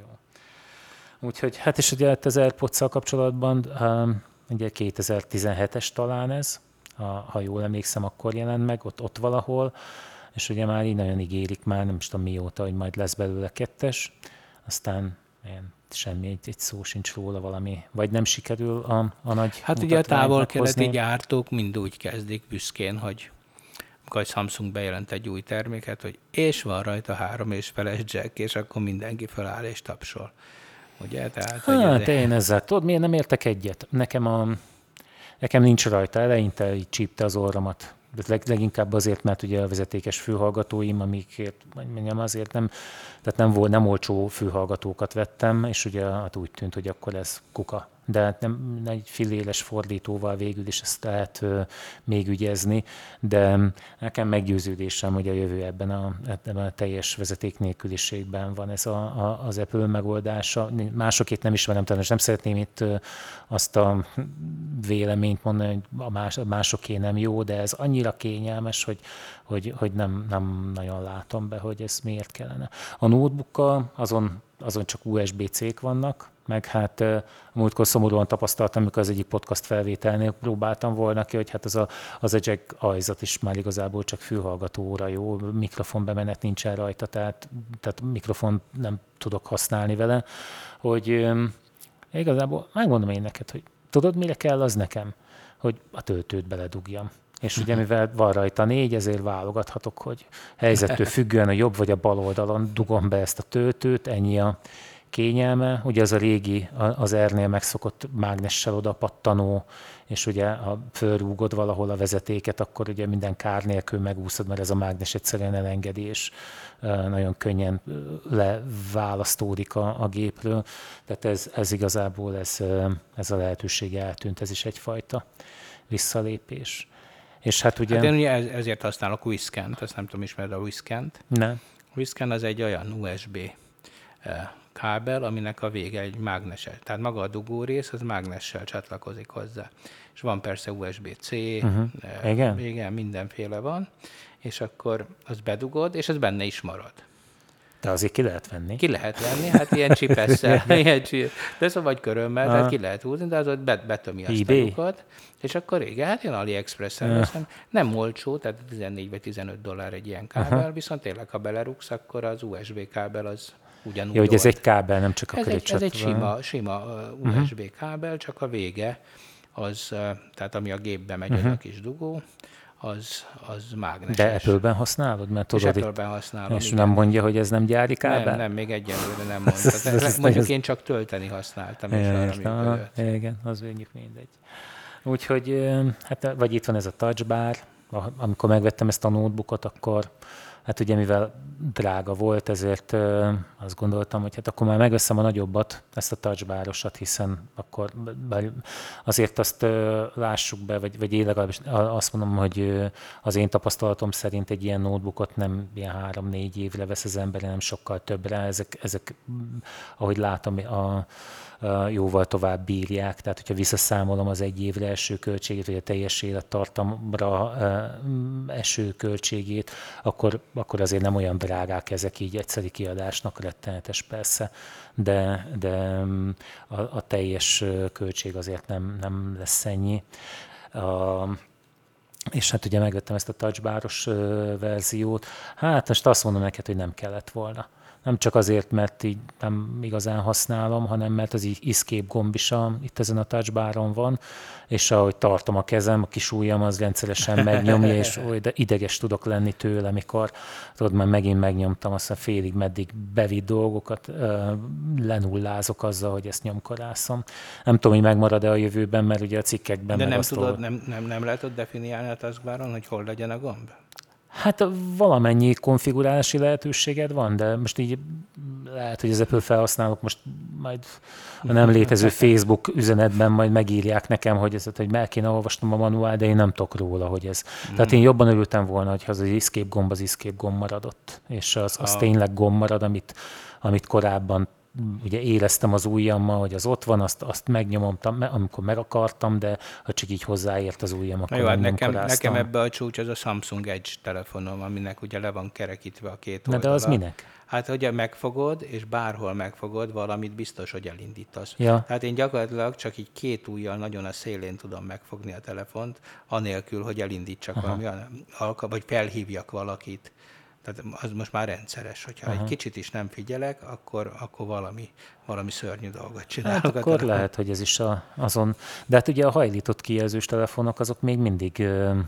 Úgyhogy, hát és ugye az AirPods-szal kapcsolatban um, ugye kétezer-tizenhetes talán ez, ha, ha jól emlékszem, akkor jelent meg, ott, ott valahol, és ugye már így nagyon ígérik már, nem is tudom mióta, hogy majd lesz belőle kettes, aztán ilyen, semmi, egy, egy szó sincs róla valami, vagy nem sikerül a, a nagy Hát ugye a távol-keleti gyártók mind úgy kezdik büszkén, hogy amikor a Samsung bejelent egy új terméket, hogy és van rajta három és feles jack, és akkor mindenki feláll és tapsol. Ugye? Tehát, hát ez... én ezzel, tudod, miért nem értek egyet? Nekem, a, nekem nincs rajta, eleinte így csípte az orromat. De leg, leginkább azért, mert ugye a vezetékes fülhallgatóim, amikért, mondjam, azért nem, tehát nem, volt, nem olcsó fülhallgatókat vettem, és ugye hát úgy tűnt, hogy akkor ez kuka. De nem egy filéles fordítóval végül is ezt lehet uh, még ügyezni, de nekem meggyőződésem, hogy a jövő ebben a, ebben a teljes vezeték nélküliségben van ez a, a, az Apple megoldása. Másokét nem ismerem, talán nem szeretném itt uh, azt a véleményt mondani, hogy a, más, a másoké nem jó, de ez annyira kényelmes, hogy, hogy, hogy nem, nem nagyon látom be, hogy ez miért kellene. A notebookkal azon, azon csak u es bé cék vannak, meg hát uh, múltkor szomorúan tapasztaltam, amikor az egyik podcast felvételnél próbáltam volna ki, hogy hát az a, az a jack ajzat is már igazából csak fülhallgatóra jó, mikrofon bemenet nincsen rajta, tehát, tehát mikrofon nem tudok használni vele, hogy um, igazából megmondom én neked, hogy tudod, mire kell az nekem? Hogy a töltőt beledugjam. És ugye mivel van rajta négy, ezért válogathatok, hogy helyzettől függően a jobb vagy a bal oldalon dugom be ezt a töltőt, ennyi a kényelme. Ugye az a régi, az Airnél megszokott mágnessel oda pattanó, és ugye ha fölrúgod valahol a vezetéket, akkor ugye minden kár nélkül megúszod, mert ez a mágnes egyszerűen elengedi, és nagyon könnyen leválasztódik a, a gépről. Tehát ez, ez igazából ez, ez a lehetőség eltűnt, ez is egyfajta visszalépés. És hát ugye... Hát én ugye ezért használok Whiscant, ezt nem tudom, ismered a Whiscant. Nem. Whiscan az egy olyan u es bé kábel, aminek a vége egy mágnessel. Tehát maga a dugó rész, az mágnessel csatlakozik hozzá. És van persze u es bé cé, uh-huh. e, igen? igen, mindenféle van, és akkor az bedugod, és az benne is marad. De azért ki lehet venni. Ki lehet venni, hát ilyen csipesszel, ilyen csip, de szóval vagy körömmel, tehát ki lehet húzni, de az ott bet, betömi azt a lyukat, és akkor igen, hát ilyen AliExpress-en veszem. Nem olcsó, tehát tizennégy vagy tizenöt dollár egy ilyen kábel, uh-huh. viszont tényleg, ha belerúgsz, akkor az u es bé kábel az ugyanúgy. Ja, hogy ez egy kábel, nem csak a ez egy, ez egy sima, sima uh, u es bé uh-huh. kábel, csak a vége az, uh, tehát ami a gépbe megy, uh-huh. az a kis dugó, az, az mágneses. De Apple-ben használod? Mert tudod, és Apple-ben használom. És igen. nem mondja, hogy ez nem gyári kábel? Nem, nem, még egyenlőre nem mondta. Mondjuk ez... én csak tölteni használtam, és arra működött. Igen, az mondjuk mindegy. Úgyhogy, hát, vagy itt van ez a touch bar, amikor megvettem ezt a notebookot, akkor hát ugye mivel drága volt, ezért ö, azt gondoltam, hogy hát akkor már megveszem a nagyobbat, ezt a touchbarosat, hiszen akkor azért azt ö, lássuk be, vagy, vagy én legalábbis azt mondom, hogy ö, az én tapasztalatom szerint egy ilyen notebookot nem ilyen három-négy évre vesz az ember, nem sokkal többre. Ezek, ezek ahogy látom, a jóval tovább bírják, tehát hogyha visszaszámolom az egy évre eső költségét, vagy a teljes élettartamra eső költségét, akkor, akkor azért nem olyan drágák ezek így egyszeri kiadásnak, rettenetes persze, de, de a, a teljes költség azért nem, nem lesz ennyi. A, és hát ugye megvettem ezt a touchbaros verziót, hát most azt mondom neked, hogy nem kellett volna. Nem csak azért, mert így nem igazán használom, hanem mert az escape gomb is a, itt ezen a touchbaron van, és ahogy tartom a kezem, a kis ujjam az rendszeresen megnyomja, és oly de ideges tudok lenni tőle, mikor tudod, már megint megnyomtam azt a félig meddig bevitt dolgokat, lenullázok azzal, hogy ezt nyomkorászom. Nem tudom, hogy megmarad-e a jövőben, mert ugye a cikkekben... De meg nem azt tudod, nem, nem, nem lehetod definiálni a taskbaron, hogy hol legyen a gomb? Hát valamennyi konfigurálási lehetőséged van, de most így lehet, hogy az Apple felhasználók most majd a nem létező Facebook üzenetben majd megírják nekem, hogy, ez, hogy meg kéne olvasnom a manuál, de én nem tudok róla, hogy ez. Mm. Tehát én jobban örültem volna, hogyha az escape gomb az escape gomb maradott, és az, az ah. tényleg gomb marad, amit, amit korábban ugye éreztem az ujjammal, hogy az ott van, azt, azt megnyomom, amikor meg akartam, de ha csak így hozzáért az ujjam, akkor jó, nem nekem, nekem ebbe a csúcs az a Samsung Edge telefonom, aminek ugye le van kerekítve a két oldala. De az minek? Hát, hogy megfogod, és bárhol megfogod, valamit biztos, hogy elindítasz. Ja. Tehát én gyakorlatilag csak így két ujjal nagyon a szélén tudom megfogni a telefont, anélkül, hogy elindítsak Aha. valami alkalmat, vagy felhívjak valakit. Tehát az most már rendszeres, hogyha Aha. egy kicsit is nem figyelek, akkor, akkor valami, valami szörnyű dolgot csinálok. Hát akkor lehet, hogy ez is a, azon. De hát ugye a hajlított kijelzős telefonok azok még mindig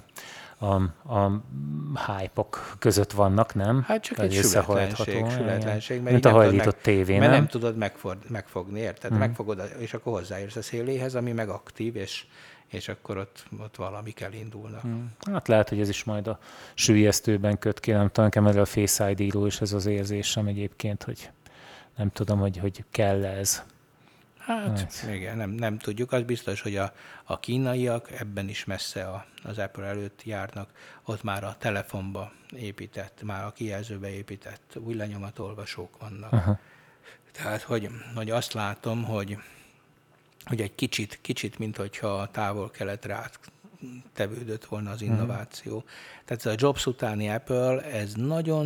a, a hype-ok között vannak, nem? Hát csak egy sületlenség, sületlenség, mert mint a hajlított meg, tévé, mert nem? nem tudod megfog, megfogni, érted? Hmm. Megfogod, és akkor hozzáérsz a széléhez, ami meg aktív, és és akkor ott, ott valamik elindulnak. Hmm. Hát lehet, hogy ez is majd a süllyesztőben köt ki, nem tudom, nekem erre a Face i dé-ról is ez az érzésem egyébként, hogy nem tudom, hogy, hogy kell ez. Hát, hát. igen, nem, nem tudjuk. Az biztos, hogy a, a kínaiak ebben is messze a, az Apple előtt járnak. Ott már a telefonba épített, már a kijelzőbe épített új lenyomatolvasók vannak. Aha. Tehát, hogy, hogy azt látom, hogy hogy egy kicsit, kicsit, mint hogyha a távol-keletre áttevődött volna az innováció. Mm. Tehát ez a Jobs utáni Apple, ez nagyon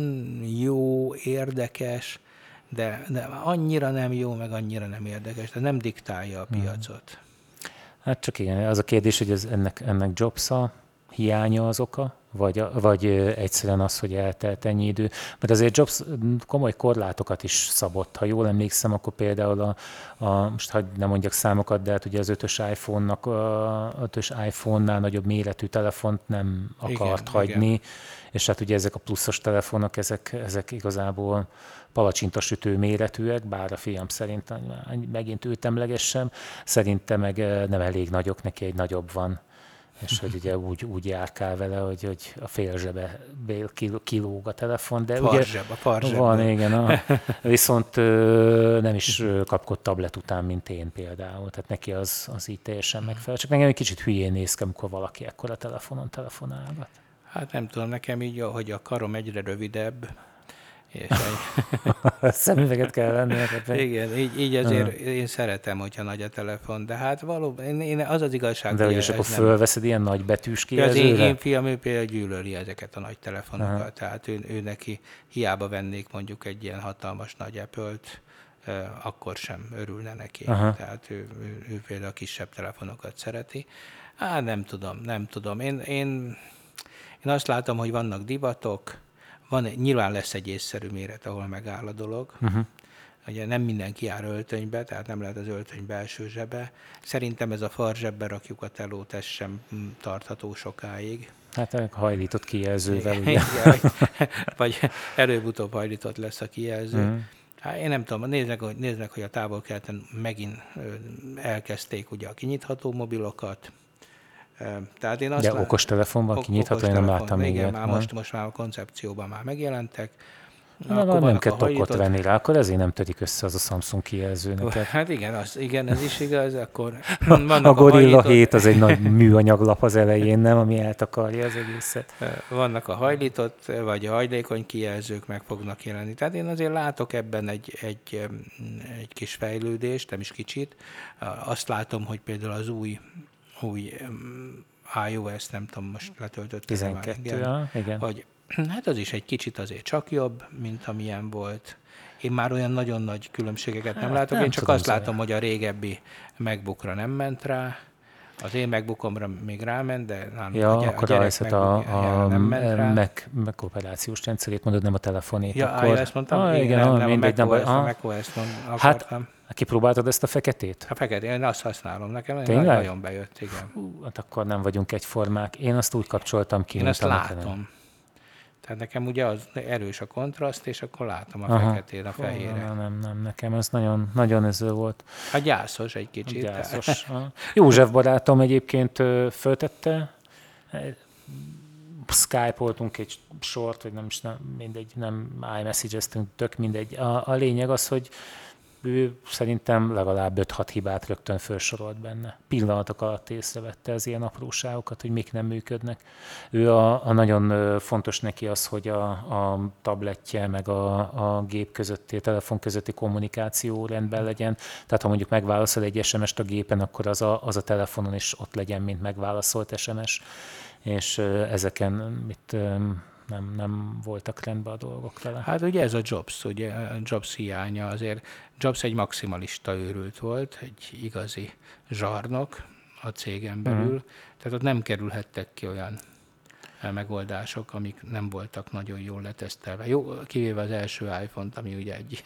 jó, érdekes, de, de annyira nem jó, meg annyira nem érdekes, de nem diktálja a piacot. Hát csak igen, az a kérdés, hogy ez ennek, ennek Jobs-a hiánya az oka, vagy, vagy egyszerűen az, hogy eltelt ennyi idő. Mert azért Jobs komoly korlátokat is szabott. Ha jól emlékszem, akkor például a, a most hadd nem mondjak számokat, de hát ugye az ötös iPhone-nak, a ötös iPhone-nál nagyobb méretű telefont nem akart igen, hagyni, igen. És hát ugye ezek a pluszos telefonok, ezek, ezek igazából palacsintasütő méretűek, bár a fiam szerint megint őt emlegessem, szerintem meg nem elég nagyok, neki egy nagyobb van. És hogy ugye úgy, úgy járkál vele, hogy, hogy a félzsebe kilóg a telefon. De farzseb, a farzseb. Van, igen. A, viszont nem is kapkod tablet után, mint én például. Tehát neki az, az így teljesen megfelel. Csak nekem egy kicsit hülyén néz ki, amikor valaki ekkora telefonon telefonálgat. Hát nem tudom, nekem így, hogy a karom egyre rövidebb, és egy... szemüveget kell venni. Igen, így, így azért uh-huh. én szeretem, hogyha nagy a telefon, de hát valóban én, én az az igazság, de hogy és akkor fölveszed nem... ilyen nagy betűs kijelzőre? Az én, én fiam, ő például gyűlöli ezeket a nagy telefonokat, uh-huh. tehát ő, ő neki hiába vennék mondjuk egy ilyen hatalmas nagy Apple-t, uh, akkor sem örülne neki. Uh-huh. Tehát ő, ő, ő például a kisebb telefonokat szereti. Hát nem tudom, nem tudom. Én, én, én azt látom, hogy vannak divatok, Van, nyilván lesz egy észszerű méret, ahol megáll a dolog. Uh-huh. Ugye nem mindenki jár öltönybe, tehát nem lehet az öltöny belső zsebe. Szerintem ez a farzsebbe rakjuk a telót, ez sem tartható sokáig. Hát hajlított kijelzővel, ugye? Vagy előbb-utóbb hajlított lesz a kijelző. Uh-huh. Hát én nem tudom, nézd meg, hogy, nézd meg, hogy a távol-keleten megint elkezdték ugye a kinyitható mobilokat, Tehát én azt De okostelefonban kinyitható, én nem láttam még. Igen, már most, most már a koncepcióban már megjelentek. Na, na, nem kell tokkot venni rá, akkor ezért nem törik össze az a Samsung kijelző neked. Hát igen, az, igen, ez is igaz, akkor vannak a Gorilla a hét az egy nagy műanyaglap az elején, nem, ami eltakarja az egészet. Vannak a hajlított, vagy a hajlékony kijelzők meg fognak jelenni. Tehát én azért látok ebben egy, egy, egy kis fejlődést, nem is kicsit. Azt látom, hogy például az új, új iOS, nem tudom, most letöltöttem. tizenkettő, igen, igen. Hogy hát az is egy kicsit azért csak jobb, mint amilyen volt. Én már olyan nagyon nagy különbségeket nem hát, látok, nem én csak azt látom, hogy a régebbi MacBookra nem ment rá, az én MacBookomra még ráment, de nem, ja, a, gyere, akkor a gyerek a, a, a nem ment rá. Mac, Mac operációs rendszerét mondod, nem a telefonét. Ja, akkor... ezt mondtam? Ah, igen, nem, nem, nem mindegy, a macOS, nem, a macOS-t akartam. Hát, kipróbáltad ezt a feketét? A feketét, én azt használom, nekem Tényleg? nagyon bejött, igen. Hú, hát akkor nem vagyunk egyformák. Én azt úgy kapcsoltam ki, én azt látom. Nem. Tehát nekem ugye az erős a kontraszt, és akkor látom a Aha. feketén, a fehérre. Nem, nem, nem, nekem ez nagyon, nagyon ező volt. A gyászos egy kicsit. Gyászos. József barátom egyébként föltette, Skype-oltunk egy sort, vagy nem is, nem, mindegy, nem iMessage-eztünk, tök mindegy. A, a lényeg az, hogy ő szerintem legalább öt-hat hibát rögtön felsorolt benne. Pillanatok alatt észrevette az ilyen apróságokat, hogy mik nem működnek. Ő a, a nagyon fontos neki az, hogy a, a tabletje meg a, a gép közötti, a telefon közötti kommunikáció rendben legyen. Tehát ha mondjuk megválaszol egy es em est a gépen, akkor az a, az a telefonon is ott legyen, mint megválaszolt es em es. És ezeken itt nem, nem voltak rendben a dolgok vele. Hát ugye ez a Jobs, ugye Jobs hiánya azért. Jobs egy maximalista őrült volt, egy igazi zsarnok a cégen belül, mm. tehát ott nem kerülhettek ki olyan megoldások, amik nem voltak nagyon jól letesztelve. Jó, kivéve az első iPhone-t, ami ugye egy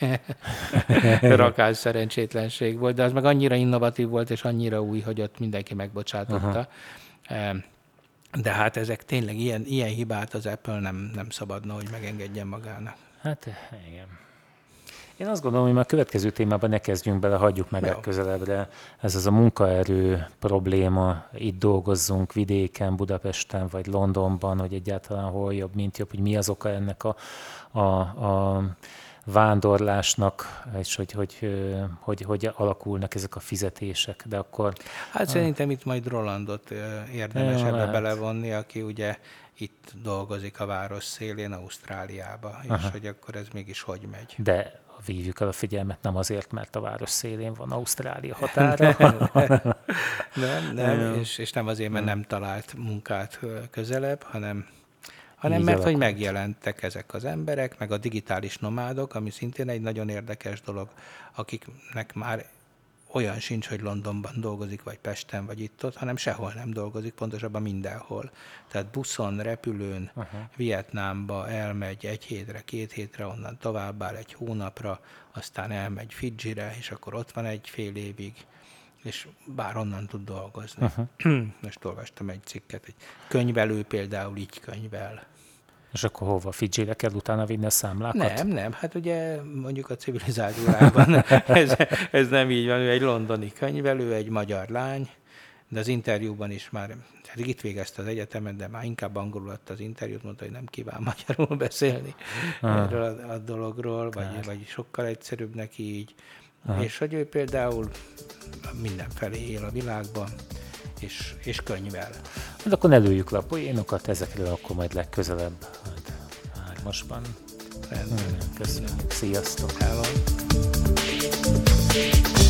rakás szerencsétlenség volt, de az meg annyira innovatív volt, és annyira új, hogy ott mindenki megbocsátotta. Uh-huh. De hát ezek tényleg ilyen, ilyen hibát az Apple nem, nem szabadna, hogy megengedjen magának. Hát igen. Én azt gondolom, hogy már a következő témában ne kezdjünk bele, hagyjuk meg legközelebbre. Ez az a munkaerő probléma, itt dolgozzunk vidéken, Budapesten vagy Londonban, hogy egyáltalán hol jobb, mint jobb, hogy mi az oka ennek a, a, a vándorlásnak, és hogy hogy, hogy hogy alakulnak ezek a fizetések, de akkor... Hát ah. szerintem itt majd Rolandot érdemes ebbe belevonni, aki ugye itt dolgozik a város szélén, Ausztráliába, és Aha. hogy akkor ez mégis hogy megy. De vívjuk el a figyelmet, nem azért, mert a város szélén van Ausztrália határa. nem, nem, és, és nem azért, mert nem talált munkát közelebb, hanem hanem mert, hogy megjelentek ezek az emberek, meg a digitális nomádok, ami szintén egy nagyon érdekes dolog, akiknek már olyan sincs, hogy Londonban dolgozik, vagy Pesten, vagy itt-ott, hanem sehol nem dolgozik, pontosabban mindenhol. Tehát buszon, repülőn, uh-huh. Vietnámba elmegy egy hétre, két hétre, onnan továbbáll egy hónapra, aztán elmegy Fidzsire, és akkor ott van egy fél évig, és bár onnan tud dolgozni. Uh-huh. Most olvastam egy cikket, egy könyvelő például így könyvel. És akkor hova? Fidzsire kell utána vinni a számlákat? Nem, nem. Hát ugye mondjuk a civilizált világban ez, ez nem így van. Ő egy londoni könyvelő, egy magyar lány, de az interjúban is már, hát itt végezte az egyetemet, de már inkább angolul adta az interjút, mondta, hogy nem kíván magyarul beszélni ah. erről a, a dologról, vagy, vagy sokkal egyszerűbb neki így. Aha. És hogy ő például mindenfelé él a világban, és, és könyvel. Hát akkor ne lőjük le a poénokat, ezekről akkor majd legközelebb, hát hármasban. Rendben. Köszönjük, sziasztok! Hello.